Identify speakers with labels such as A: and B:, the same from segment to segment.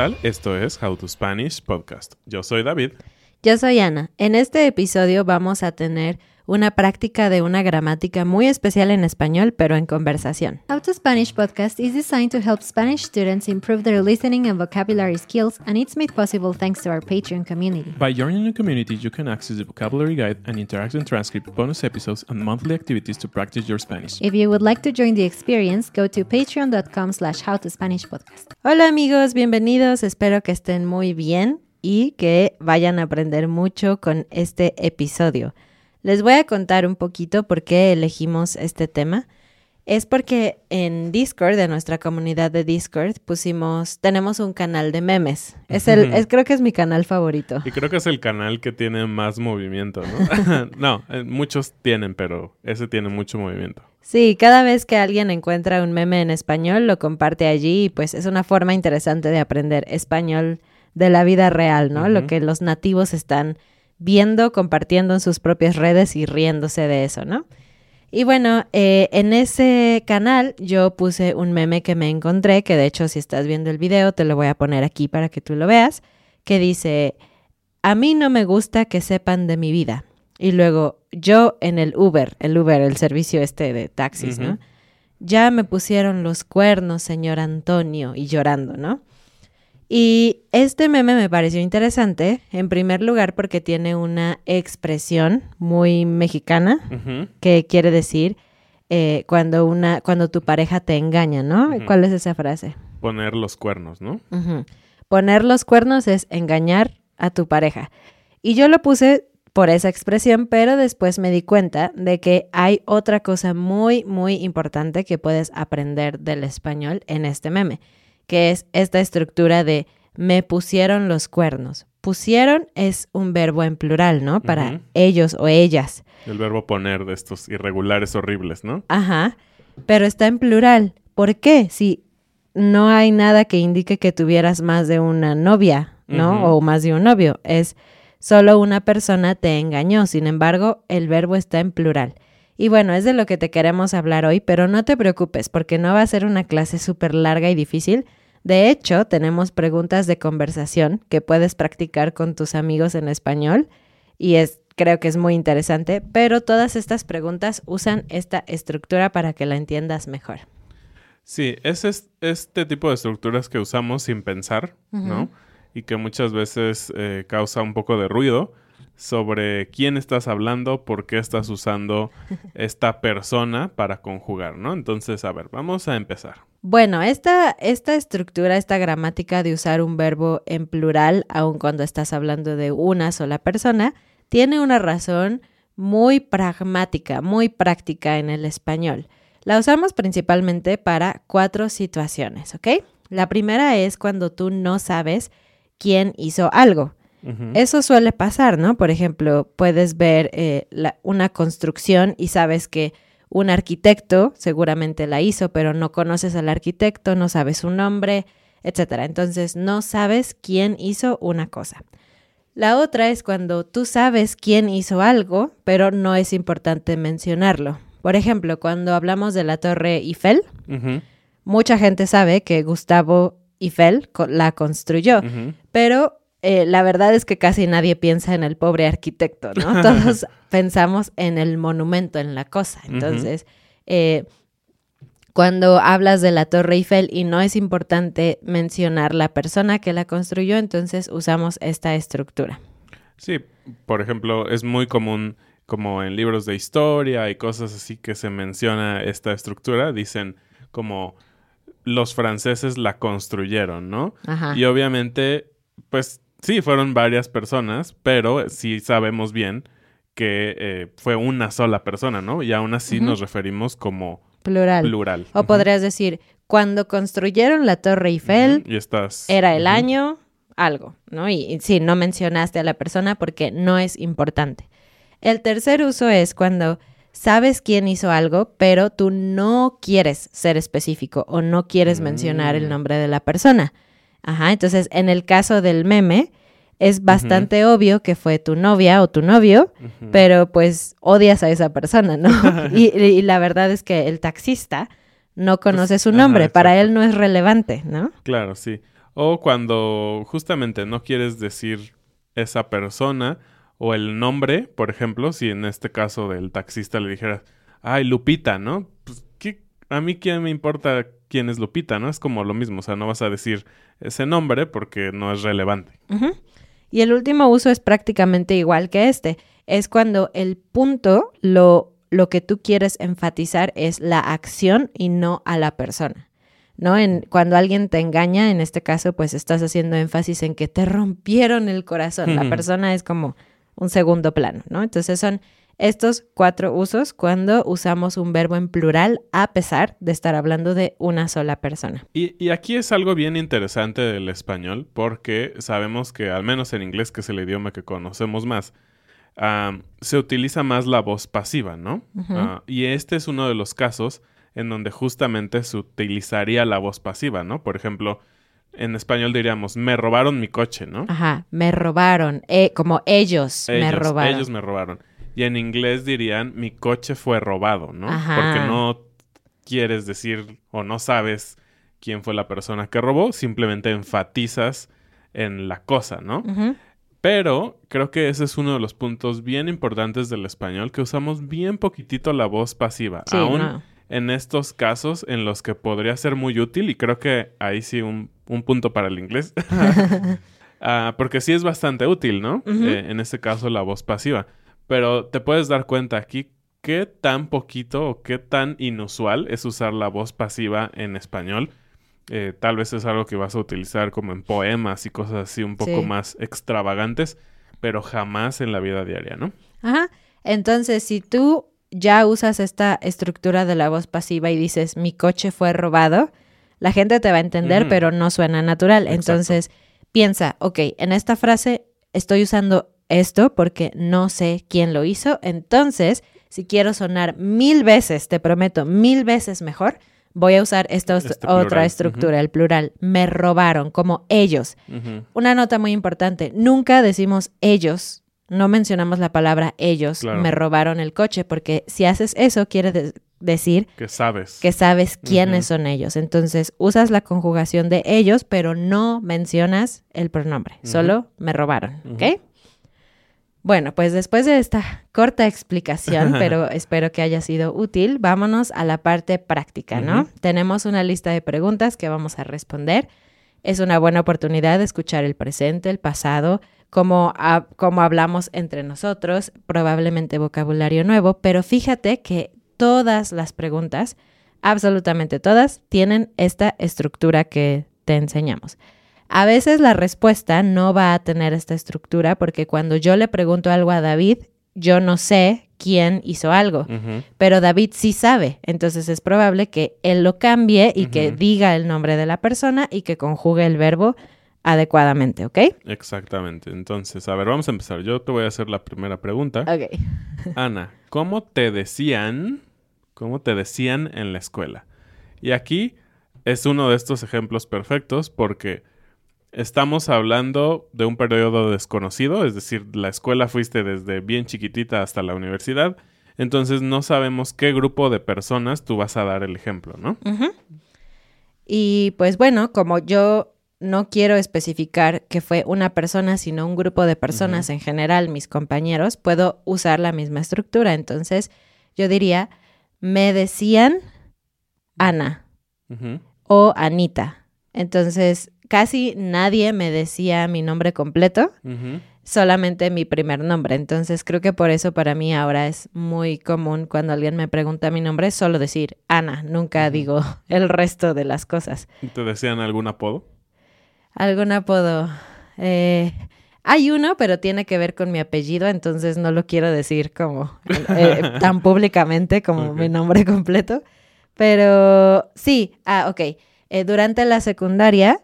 A: tal? Esto es How to Spanish Podcast. Yo soy David.
B: Yo soy Ana. En este episodio vamos a tener una práctica de una gramática muy especial en español, pero en conversación.
C: How to Spanish Podcast is designed to help Spanish students improve their listening and vocabulary skills, and it's made possible thanks to our Patreon community.
A: By joining the community, you can access the vocabulary guide and interactive transcript, bonus episodes, and monthly activities to practice your Spanish.
C: If you would like to join the experience, go to patreon.com/howtospanishpodcast.
B: Hola amigos, bienvenidos. Espero que estén muy bien y que vayan a aprender mucho con este episodio. Les voy a contar un poquito por qué elegimos este tema. Es porque en Discord, en nuestra comunidad de Discord, tenemos un canal de memes. Creo que es mi canal favorito.
A: Y creo que es el canal que tiene más movimiento, ¿no? Muchos tienen, pero ese tiene mucho movimiento.
B: Sí, cada vez que alguien encuentra un meme en español, lo comparte allí y pues es una forma interesante de aprender español de la vida real, ¿no? Lo que los nativos están viendo, compartiendo en sus propias redes y riéndose de eso, ¿no? Y bueno, en ese canal yo puse un meme que me encontré, que de hecho si estás viendo el video te lo voy a poner aquí para que tú lo veas, que dice, a mí no me gusta que sepan de mi vida. Y luego yo en el Uber, el servicio de taxis, ¿no? Ya me pusieron los cuernos, señor Antonio, y llorando, ¿no? Y este meme me pareció interesante, en primer lugar porque tiene una expresión muy mexicana, que quiere decir cuando tu pareja te engaña, ¿no? ¿Cuál es esa frase?
A: Poner los cuernos, ¿no?
B: Poner los cuernos es engañar a tu pareja. Y yo lo puse por esa expresión, pero después me di cuenta de que hay otra cosa muy, muy importante que puedes aprender del español en este meme, que es esta estructura de me pusieron los cuernos. Pusieron es un verbo en plural, ¿no? Para ellos o ellas.
A: El verbo poner de estos irregulares horribles, ¿no?
B: Ajá, pero está en plural. ¿Por qué? Si no hay nada que indique que tuvieras más de una novia, ¿no? O más de un novio. Es solo una persona te engañó. Sin embargo, el verbo está en plural. Y bueno, es de lo que te queremos hablar hoy, pero no te preocupes porque no va a ser una clase súper larga y difícil. De hecho, tenemos preguntas de conversación que puedes practicar con tus amigos en español y creo que es muy interesante, pero todas estas preguntas usan esta estructura para que la entiendas mejor.
A: Sí, es este tipo de estructuras que usamos sin pensar, ¿no? Y que muchas veces causa un poco de ruido sobre quién estás hablando, por qué estás usando esta persona para conjugar, ¿no? Entonces, a ver, vamos a empezar.
B: Bueno, esta estructura, esta gramática de usar un verbo en plural, aun cuando estás hablando de una sola persona, tiene una razón muy pragmática, muy práctica en el español. La usamos principalmente para 4 situaciones, ¿ok? La primera es cuando tú no sabes quién hizo algo. Eso suele pasar, ¿no? Por ejemplo, puedes ver una construcción y sabes que un arquitecto seguramente la hizo, pero no conoces al arquitecto, no sabes su nombre, etc. Entonces, no sabes quién hizo una cosa. La otra es cuando tú sabes quién hizo algo, pero no es importante mencionarlo. Por ejemplo, cuando hablamos de la Torre Eiffel, mucha gente sabe que Gustavo Eiffel la construyó, pero la verdad es que casi nadie piensa en el pobre arquitecto, ¿no? Todos pensamos en el monumento, en la cosa. Entonces, cuando hablas de la Torre Eiffel y no es importante mencionar la persona que la construyó, entonces usamos esta estructura.
A: Sí, por ejemplo, es muy común como en libros de historia y cosas así que se menciona esta estructura. Dicen como los franceses la construyeron, ¿no? Ajá. Y obviamente, pues sí, fueron varias personas, pero sí sabemos bien que fue una sola persona, ¿no? Y aún así nos referimos como plural.
B: O podrías decir, cuando construyeron la Torre Eiffel, era el año, algo, ¿no? Y sí, no mencionaste a la persona porque no es importante. El tercer uso es cuando sabes quién hizo algo, pero tú no quieres ser específico o no quieres mencionar el nombre de la persona. Ajá, entonces en el caso del meme es bastante obvio que fue tu novia o tu novio, pero pues odias a esa persona, ¿no? y la verdad es que el taxista no conoce su nombre, para él no es relevante, ¿no?
A: Claro, sí. O cuando justamente no quieres decir esa persona o el nombre, por ejemplo, si en este caso del taxista le dijeras, ay, Lupita, ¿no? Pues, a mí quién me importa quién es Lupita, ¿no? Es como lo mismo, o sea, no vas a decir ese nombre porque no es relevante.
B: Uh-huh. Y el último uso es prácticamente igual que este. Es cuando el punto, lo que tú quieres enfatizar es la acción y no a la persona, ¿no? Cuando alguien te engaña, en este caso, pues estás haciendo énfasis en que te rompieron el corazón. La persona es como un segundo plano, ¿no? Entonces son estos 4 usos cuando usamos un verbo en plural a pesar de estar hablando de una sola persona.
A: Y aquí es algo bien interesante del español porque sabemos que, al menos en inglés, que es el idioma que conocemos más, se utiliza más la voz pasiva, ¿no? Uh-huh. Y este es uno de los casos en donde justamente se utilizaría la voz pasiva, ¿no? Por ejemplo, en español diríamos, me robaron mi coche, ¿no?
B: Ajá, me robaron, como ellos me robaron.
A: Ellos me robaron. Y en inglés dirían, mi coche fue robado, ¿no?
B: Ajá.
A: Porque no quieres decir o no sabes quién fue la persona que robó, simplemente enfatizas en la cosa, ¿no?
B: Uh-huh.
A: Pero creo que ese es uno de los puntos bien importantes del español, que usamos bien poquitito la voz pasiva.
B: Sí,
A: aún en estos casos en los que podría ser muy útil, y creo que ahí sí un punto para el inglés, porque sí es bastante útil, ¿no?
B: Uh-huh.
A: En este caso la voz pasiva. Pero te puedes dar cuenta aquí qué tan poquito o qué tan inusual es usar la voz pasiva en español. Tal vez es algo que vas a utilizar como en poemas y cosas así un poco más extravagantes, pero jamás en la vida diaria, ¿no?
B: Ajá. Entonces, si tú ya usas esta estructura de la voz pasiva y dices, mi coche fue robado, la gente te va a entender, uh-huh, pero no suena natural. Exacto. Entonces, piensa, ok, en esta frase estoy usando esto porque no sé quién lo hizo. Entonces, si quiero sonar 1000 veces, te prometo, 1000 veces mejor, voy a usar esta otra estructura, uh-huh, el plural. Me robaron, como ellos. Uh-huh. Una nota muy importante, nunca decimos ellos, no mencionamos la palabra ellos, claro, me robaron el coche, porque si haces eso, quiere decir
A: que sabes
B: quiénes, uh-huh, son ellos. Entonces, usas la conjugación de ellos, pero no mencionas el pronombre, uh-huh, solo me robaron, ¿ok? Uh-huh. Bueno, pues después de esta corta explicación, pero espero que haya sido útil, vámonos a la parte práctica, ¿no? Uh-huh. Tenemos una lista de preguntas que vamos a responder. Es una buena oportunidad de escuchar el presente, el pasado, cómo hablamos entre nosotros, probablemente vocabulario nuevo, pero fíjate que todas las preguntas, absolutamente todas, tienen esta estructura que te enseñamos. A veces la respuesta no va a tener esta estructura porque cuando yo le pregunto algo a David, yo no sé quién hizo algo, uh-huh, pero David sí sabe. Entonces es probable que él lo cambie y, uh-huh, que diga el nombre de la persona y que conjugue el verbo adecuadamente, ¿ok?
A: Exactamente. Entonces, a ver, vamos a empezar. Yo te voy a hacer la primera pregunta.
B: Ok.
A: Ana, ¿cómo te decían en la escuela? Y aquí es uno de estos ejemplos perfectos porque estamos hablando de un periodo desconocido, es decir, la escuela fuiste desde bien chiquitita hasta la universidad, entonces no sabemos qué grupo de personas tú vas a dar el ejemplo, ¿no?
B: Uh-huh. Y pues bueno, como yo no quiero especificar que fue una persona, sino un grupo de personas, uh-huh, en general, mis compañeros, puedo usar la misma estructura. Entonces, yo diría, me decían Ana, uh-huh, o Anita. Entonces, casi nadie me decía mi nombre completo, uh-huh, solamente mi primer nombre. Entonces, creo que por eso para mí ahora es muy común cuando alguien me pregunta mi nombre, solo decir Ana. Nunca, uh-huh, digo el resto de las cosas.
A: ¿Te decían algún apodo?
B: ¿Algún apodo? Hay uno, pero tiene que ver con mi apellido, entonces no lo quiero decir como tan públicamente como, okay, mi nombre completo. Pero sí, ok. Durante la secundaria,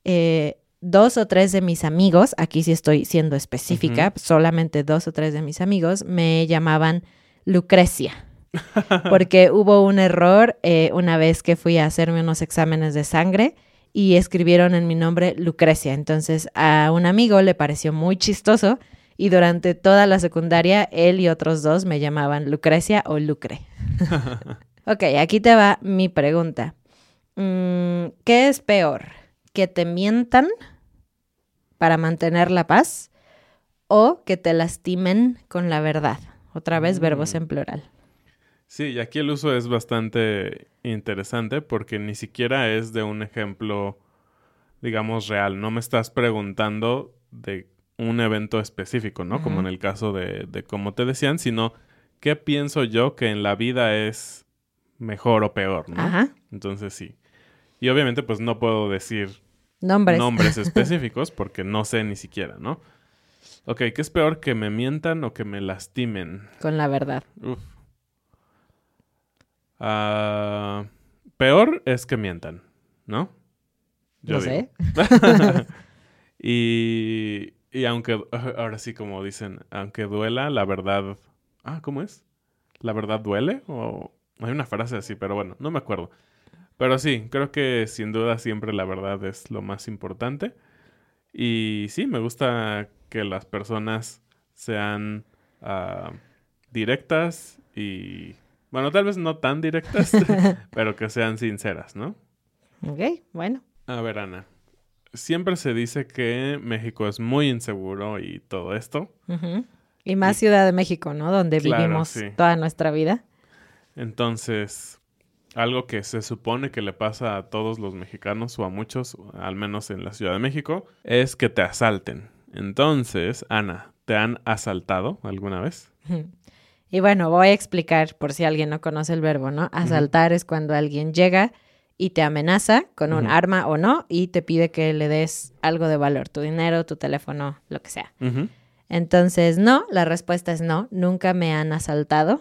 B: 2 o 3 de mis amigos, aquí sí estoy siendo específica, uh-huh, solamente 2 o 3 de mis amigos me llamaban Lucrecia. Porque hubo un error una vez que fui a hacerme unos exámenes de sangre y escribieron en mi nombre Lucrecia. Entonces a un amigo le pareció muy chistoso y durante toda la secundaria él y otros 2 me llamaban Lucrecia o Lucre. Ok, aquí te va mi pregunta. ¿Qué es peor? que te mientan para mantener la paz o que te lastimen con la verdad. Otra vez, verbos en plural.
A: Sí, y aquí el uso es bastante interesante porque ni siquiera es de un ejemplo, digamos, real. No me estás preguntando de un evento específico, ¿no? Como en el caso de como te decían, sino qué pienso yo que en la vida es mejor o peor, ¿no?
B: Ajá.
A: Entonces sí. Y obviamente pues no puedo decir
B: Nombres.
A: específicos porque no sé ni siquiera, ¿no? Ok, ¿qué es peor, que me mientan o que me lastimen?
B: Con la verdad.
A: Uf. Peor es que mientan, ¿no?
B: No sé.
A: Y aunque, ahora sí como dicen, aunque duela, la verdad... ¿cómo es? ¿La verdad duele? O hay una frase así, pero bueno, no me acuerdo. Pero sí, creo que sin duda siempre la verdad es lo más importante. Y sí, me gusta que las personas sean directas y... Bueno, tal vez no tan directas, pero que sean sinceras, ¿no?
B: Ok, bueno.
A: A ver, Ana. Siempre se dice que México es muy inseguro y todo esto.
B: Uh-huh. Y más Ciudad de México, ¿no? Donde vivimos
A: sí.
B: toda nuestra vida.
A: Entonces, algo que se supone que le pasa a todos los mexicanos o a muchos, al menos en la Ciudad de México, es que te asalten. Entonces, Ana, ¿te han asaltado alguna vez?
B: Y bueno, voy a explicar por si alguien no conoce el verbo, ¿no? Asaltar es cuando alguien llega y te amenaza con un arma o no y te pide que le des algo de valor, tu dinero, tu teléfono, lo que sea. Entonces, no, la respuesta es no, nunca me han asaltado.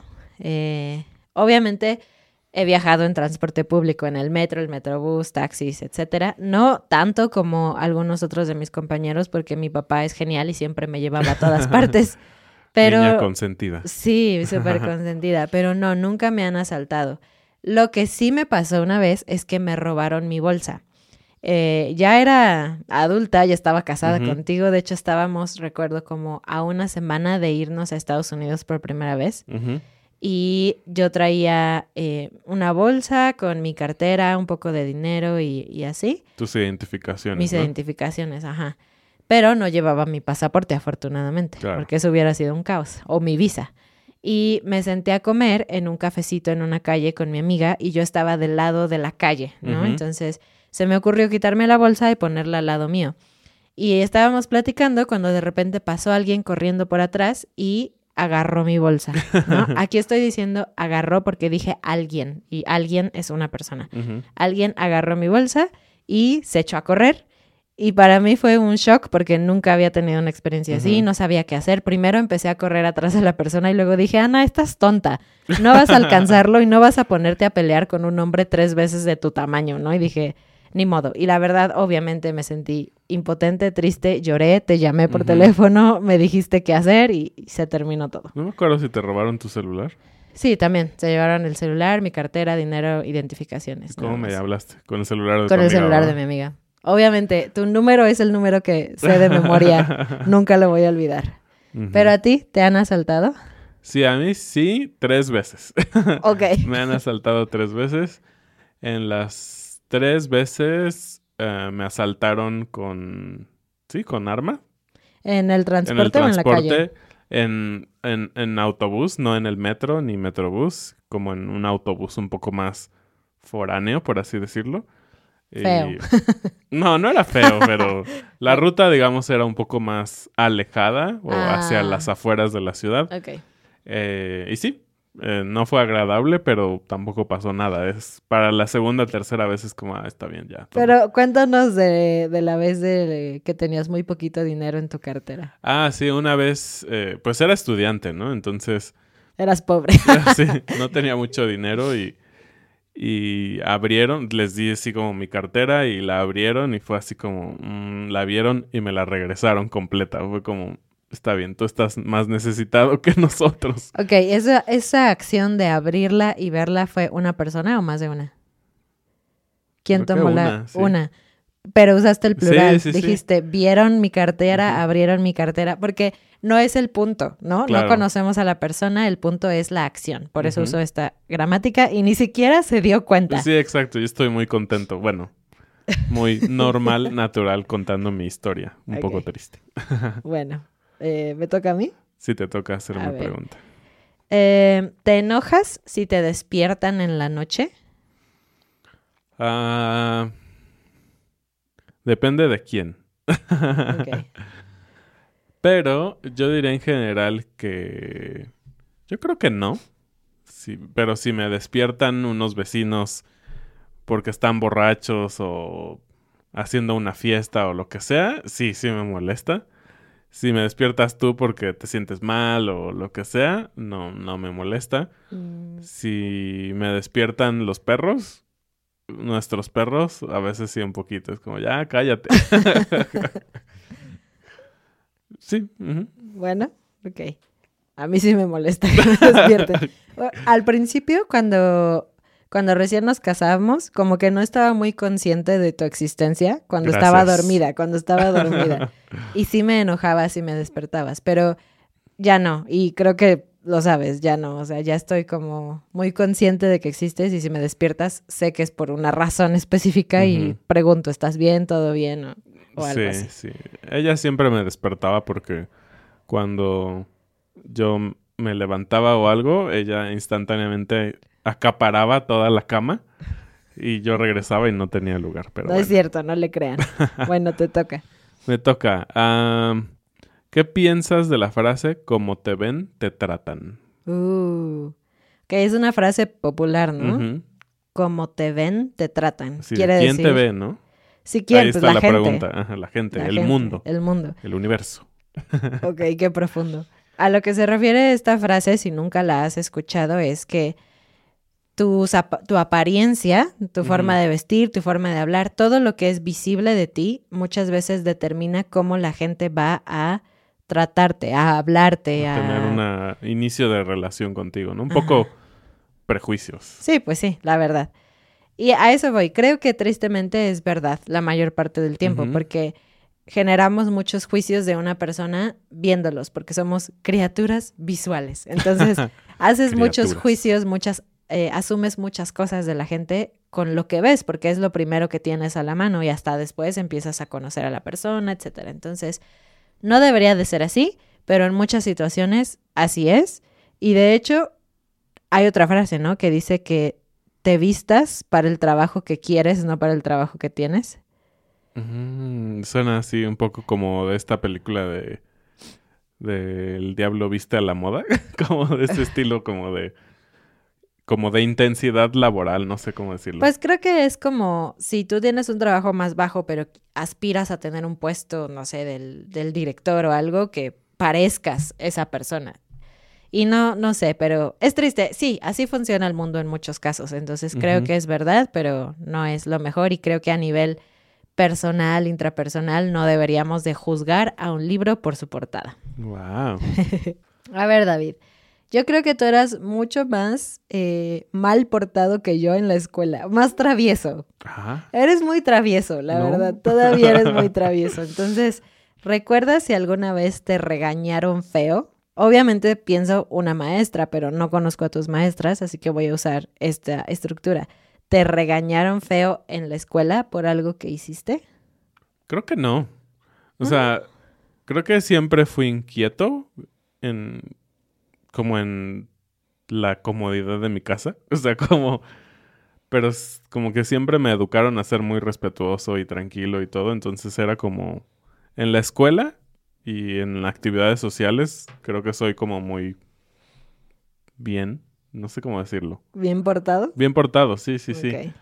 B: Obviamente he viajado en transporte público, en el metro, el metrobús, taxis, etcétera. No tanto como algunos otros de mis compañeros porque mi papá es genial y siempre me llevaba a todas partes. Pero,
A: niña consentida.
B: Sí, súper consentida, pero no, nunca me han asaltado. Lo que sí me pasó una vez es que me robaron mi bolsa. Ya era adulta, ya estaba casada contigo, de hecho estábamos, recuerdo, como a una semana de irnos a Estados Unidos por primera vez. Y yo traía una bolsa con mi cartera, un poco de dinero y así.
A: Tus identificaciones,
B: Mis
A: ¿no?
B: identificaciones, ajá. Pero no llevaba mi pasaporte, afortunadamente,
A: claro,
B: porque eso hubiera sido un caos, o mi visa. Y me senté a comer en un cafecito en una calle con mi amiga y yo estaba del lado de la calle, ¿no? Entonces se me ocurrió quitarme la bolsa y ponerla al lado mío. Y estábamos platicando cuando de repente pasó alguien corriendo por atrás y agarró mi bolsa, ¿no? Aquí estoy diciendo agarró porque dije alguien, y alguien es una persona. Alguien agarró mi bolsa y se echó a correr. Y para mí fue un shock porque nunca había tenido una experiencia así, no sabía qué hacer. Primero empecé a correr atrás de la persona y luego dije, Ana, estás tonta, no vas a alcanzarlo y no vas a ponerte a pelear con un hombre 3 veces de tu tamaño, ¿no? Y dije, ni modo. Y la verdad, obviamente me sentí impotente, triste, lloré, te llamé por teléfono, me dijiste qué hacer y se terminó todo.
A: No me acuerdo si te robaron tu celular.
B: Sí, también. Se llevaron el celular, mi cartera, dinero, identificaciones.
A: ¿Cómo me hablaste? Con el celular de
B: Con
A: tu
B: el
A: amiga,
B: celular
A: ¿verdad?
B: de mi amiga. Obviamente, tu número es el número que sé de memoria. Nunca lo voy a olvidar. ¿Pero a ti te han asaltado?
A: Sí, a mí sí, 3 veces.
B: Ok.
A: Me han asaltado 3 veces. En las 3 veces me asaltaron con... Sí, con arma.
B: ¿En el transporte o en la calle?
A: En autobús, no en el metro ni metrobús. Como en un autobús un poco más foráneo, por así decirlo.
B: Feo.
A: No era feo, pero la ruta, digamos, era un poco más alejada o hacia las afueras de la ciudad.
B: Ok.
A: Y sí, no fue agradable, pero tampoco pasó nada. Es para la segunda, tercera vez es como, está bien ya. Toma.
B: Pero cuéntanos de la vez que tenías muy poquito dinero en tu cartera.
A: Sí, una vez, pues era estudiante, ¿no? Entonces...
B: Eras pobre.
A: Sí, no tenía mucho dinero y abrieron, les di así como mi cartera y la abrieron y fue así como, la vieron y me la regresaron completa. Fue como, está bien, tú estás más necesitado que nosotros.
B: Ok, ¿esa acción de abrirla y verla fue una persona o más de una? ¿Quién
A: Creo
B: tomó
A: que
B: la...?
A: sí.
B: Una. Pero usaste el plural.
A: Sí.
B: Dijiste, vieron mi cartera, abrieron mi cartera, porque no es el punto, ¿no?
A: Claro.
B: No conocemos a la persona, el punto es la acción. Por eso uso esta gramática y ni siquiera se dio cuenta.
A: Sí, exacto, yo estoy muy contento. Bueno, muy normal, natural, contando mi historia. Un poco
B: Ok.
A: triste.
B: Bueno, ¿me toca a mí?
A: Sí te toca hacerme
B: A ver.
A: pregunta.
B: ¿Te enojas si te despiertan en la noche?
A: Ah, depende de quién.
B: Ok.
A: Pero yo diría en general que... Yo creo que no. Sí, pero si me despiertan unos vecinos porque están borrachos o haciendo una fiesta o lo que sea, sí me molesta. Si me despiertas tú porque te sientes mal o lo que sea, no me molesta. Si me despiertan los perros, nuestros perros, a veces sí un poquito. Es como, ya, cállate. Sí. Ujú.
B: Bueno, ok. A mí sí me molesta que me despierten. Al principio, cuando recién nos casamos, como que no estaba muy consciente de tu existencia cuando estaba dormida. Y sí me enojaba si me despertabas, pero ya no. Y creo que lo sabes, ya no. O sea, ya estoy como muy consciente de que existes y si me despiertas, sé que es por una razón específica y
A: Ujú.
B: pregunto, ¿estás bien? ¿Todo bien? O algo así.
A: Sí. Ella siempre me despertaba porque cuando yo me levantaba o algo, ella instantáneamente acaparaba toda la cama y yo regresaba y no tenía lugar. Pero
B: No
A: bueno,
B: es cierto, no le crean. Bueno, te toca.
A: me toca. ¿Qué piensas de la frase como te ven, te tratan?
B: Que es una frase popular, ¿no?
A: Ujú.
B: Como te ven, te tratan.
A: Así de
B: Quiere
A: quién te
B: decir,
A: ve, ¿no?
B: si
A: Ahí
B: quién, pues
A: está
B: la
A: la
B: gente.
A: pregunta. Ajá, la gente,
B: La
A: el
B: gente,
A: mundo,
B: el mundo.
A: el universo.
B: Ok, qué profundo. A lo que se refiere esta frase, si nunca la has escuchado, es que tu apariencia, tu forma
A: Ujú.
B: de vestir, tu forma de hablar, todo lo que es visible de ti, muchas veces determina cómo la gente va a tratarte, a hablarte,
A: A tener
B: a...
A: un inicio de relación contigo, ¿no? Un
B: Ajá.
A: poco prejuicios.
B: Sí, pues sí, la verdad. Y a eso voy. Creo que tristemente es verdad la mayor parte del tiempo,
A: Ujú.
B: porque generamos muchos juicios de una persona viéndolos, porque somos criaturas visuales. Entonces, haces muchos
A: Criaturas.
B: juicios, asumes muchas cosas de la gente con lo que ves, porque es lo primero que tienes a la mano y hasta después empiezas a conocer a la persona, etcétera. Entonces, no debería de ser así, pero en muchas situaciones así es. Y de hecho, hay otra frase, ¿no? Que dice que te vistas para el trabajo que quieres, no para el trabajo que tienes.
A: Suena así un poco como de esta película de El Diablo Viste a la Moda. Como de ese estilo como de intensidad laboral, no sé cómo decirlo.
B: Pues creo que es como si tú tienes un trabajo más bajo, pero aspiras a tener un puesto, no sé, del director o algo, que parezcas esa persona. Y no sé, pero es triste. Sí, así funciona el mundo en muchos casos. Entonces creo
A: Ujú.
B: que es verdad, pero no es lo mejor. Y creo que a nivel personal, intrapersonal, no deberíamos de juzgar a un libro por su portada.
A: Wow.
B: A ver, David, yo creo que tú eras mucho más mal portado que yo en la escuela, más travieso.
A: Ajá.
B: Eres muy travieso, la
A: ¿No?
B: verdad, todavía eres muy travieso. Entonces, ¿recuerdas si alguna vez te regañaron feo? Obviamente pienso una maestra, pero no conozco a tus maestras, así que voy a usar esta estructura. ¿Te regañaron feo en la escuela por algo que hiciste?
A: Creo que no. O sea, creo que siempre fui inquieto en como en la comodidad de mi casa. O sea, pero como que siempre me educaron a ser muy respetuoso y tranquilo y todo. Entonces era como en la escuela y en actividades sociales, creo que soy como muy bien. No sé cómo decirlo.
B: ¿Bien portado?
A: Bien portado, sí.
B: Ok.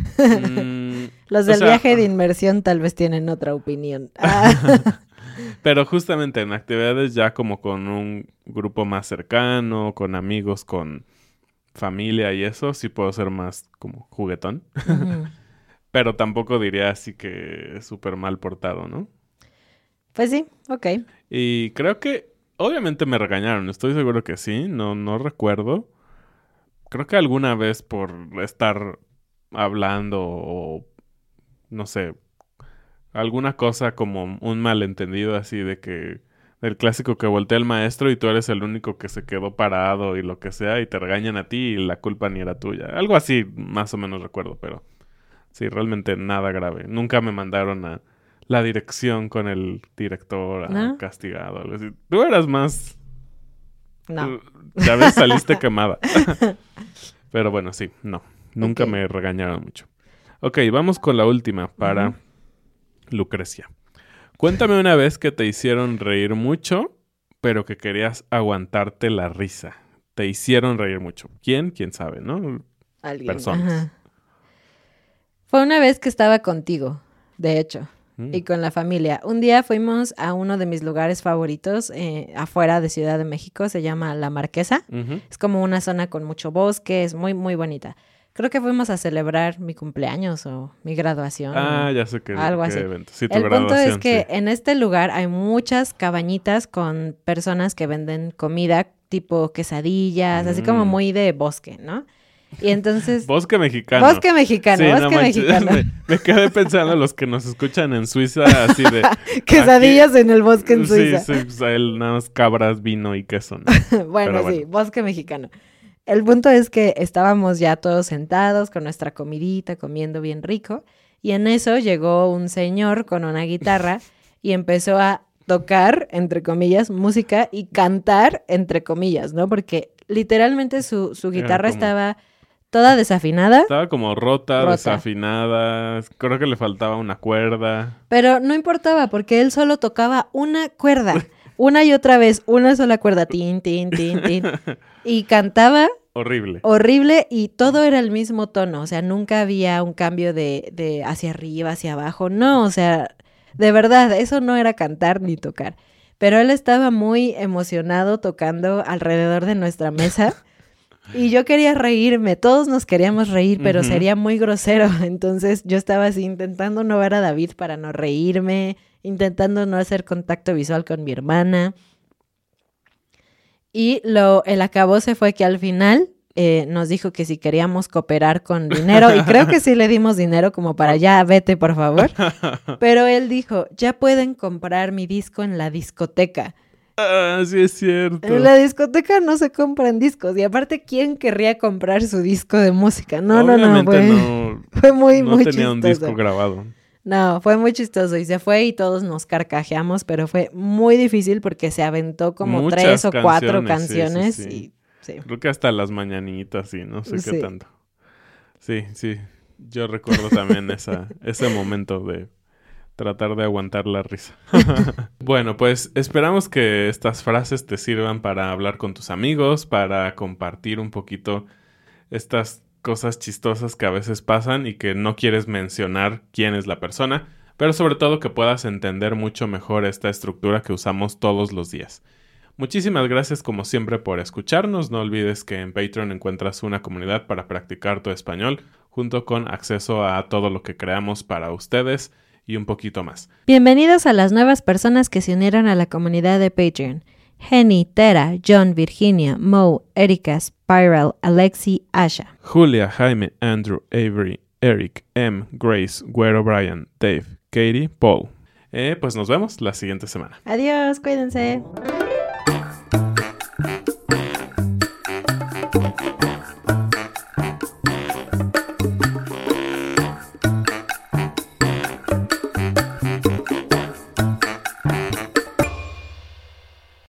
A: O
B: Los del
A: sea,
B: viaje de inmersión tal vez tienen otra opinión.
A: pero justamente en actividades ya como con un grupo más cercano, con amigos, con familia y eso, sí puedo ser más como juguetón.
B: Ujú.
A: Pero tampoco diría así que súper mal portado, ¿no?
B: Pues sí, ok.
A: Y creo que obviamente me regañaron, estoy seguro que sí, no recuerdo. Creo que alguna vez por estar hablando o no sé, alguna cosa como un malentendido así de que el clásico que voltea el maestro y tú eres el único que se quedó parado y lo que sea y te regañan a ti y la culpa ni era tuya. Algo así más o menos recuerdo, pero Sí, realmente nada grave. Nunca me mandaron a la dirección con el director
B: ¿No?
A: castigado. Algo así. Tú eras más...
B: No.
A: Ya ves, saliste quemada. Pero bueno, sí, no. Nunca
B: Ok.
A: me regañaron mucho. Ok, vamos con la última para Lucrecia. Cuéntame una vez que te hicieron reír mucho, pero que querías aguantarte la risa. Te hicieron reír mucho. ¿Quién? ¿Quién sabe, no?
B: Alguien.
A: Personas.
B: Ajá. Fue una vez que estaba contigo, de hecho,
A: Mm.
B: y con la familia. Un día fuimos a uno de mis lugares favoritos afuera de Ciudad de México, se llama La Marquesa.
A: Ujú.
B: Es como una zona con mucho bosque, es muy, muy bonita. Creo que fuimos a celebrar mi cumpleaños o mi graduación.
A: Ah,
B: o
A: ya sé qué
B: algo así.
A: evento. Sí, tu
B: El punto es
A: graduación,
B: que
A: sí.
B: en este lugar hay muchas cabañitas con personas que venden comida tipo quesadillas, así como
A: Mm.
B: muy de bosque, ¿no? Y entonces...
A: Bosque mexicano.
B: Bosque mexicano,
A: Sí, no
B: bosque
A: manches.
B: mexicano.
A: Me quedé pensando los que nos escuchan en Suiza, así de...
B: Quesadillas en el bosque en Suiza.
A: Sí, sí, pues, nada más cabras, vino y queso, ¿no?
B: Bueno,
A: Pero
B: sí, bosque mexicano. El punto es que estábamos ya todos sentados con nuestra comidita, comiendo bien rico, y en eso llegó un señor con una guitarra y empezó a tocar, entre comillas, música y cantar, entre comillas, ¿no? Porque literalmente su guitarra
A: como-
B: estaba toda desafinada,
A: Estaba como rota,
B: Rota.
A: desafinada. Creo que le faltaba una cuerda.
B: pero no importaba porque él solo tocaba una cuerda, una y otra vez, una sola cuerda, tin, tin, tin, tin, y cantaba
A: Horrible.
B: horrible y todo era el mismo tono, o sea, nunca había un cambio de hacia arriba, hacia abajo, no, o sea, de verdad, eso no era cantar ni tocar, pero él estaba muy emocionado tocando alrededor de nuestra mesa y yo quería reírme, todos nos queríamos reír, pero
A: Ujú.
B: sería muy grosero, entonces yo estaba así intentando no ver a David para no reírme, intentando no hacer contacto visual con mi hermana. Y el acabose fue que al final nos dijo que si queríamos cooperar con dinero, y creo que sí le dimos dinero como para ya vete, por favor. Pero él dijo, ya pueden comprar mi disco en la discoteca.
A: Ah, sí es cierto.
B: En la discoteca no se compran discos. Y aparte, ¿quién querría comprar su disco de música? No,
A: Obviamente
B: no, fue muy,
A: no
B: muy
A: tenía un
B: chistoso.
A: disco grabado.
B: No, fue muy chistoso y se fue y todos nos carcajeamos, pero fue muy difícil porque se aventó como
A: Muchas
B: 3 o 4
A: canciones, sí,
B: canciones
A: sí.
B: y sí.
A: Creo que hasta las mañanitas y no sé qué
B: Sí.
A: tanto. Sí, sí. Yo recuerdo también ese momento de tratar de aguantar la risa. Bueno, pues esperamos que estas frases te sirvan para hablar con tus amigos, para compartir un poquito estas cosas chistosas que a veces pasan y que no quieres mencionar quién es la persona, pero sobre todo que puedas entender mucho mejor esta estructura que usamos todos los días. Muchísimas gracias como siempre por escucharnos. No olvides que en Patreon encuentras una comunidad para practicar tu español, junto con acceso a todo lo que creamos para ustedes y un poquito más.
B: Bienvenidos a las nuevas personas que se unieron a la comunidad de Patreon. Jenny, Tera, John, Virginia, Mo, Erika, Spiral, Alexi, Asha.
A: Julia, Jaime, Andrew, Avery, Eric, M, Grace, Güero, Brian, Dave, Katie, Paul. Pues nos vemos la siguiente semana.
B: Adiós, cuídense.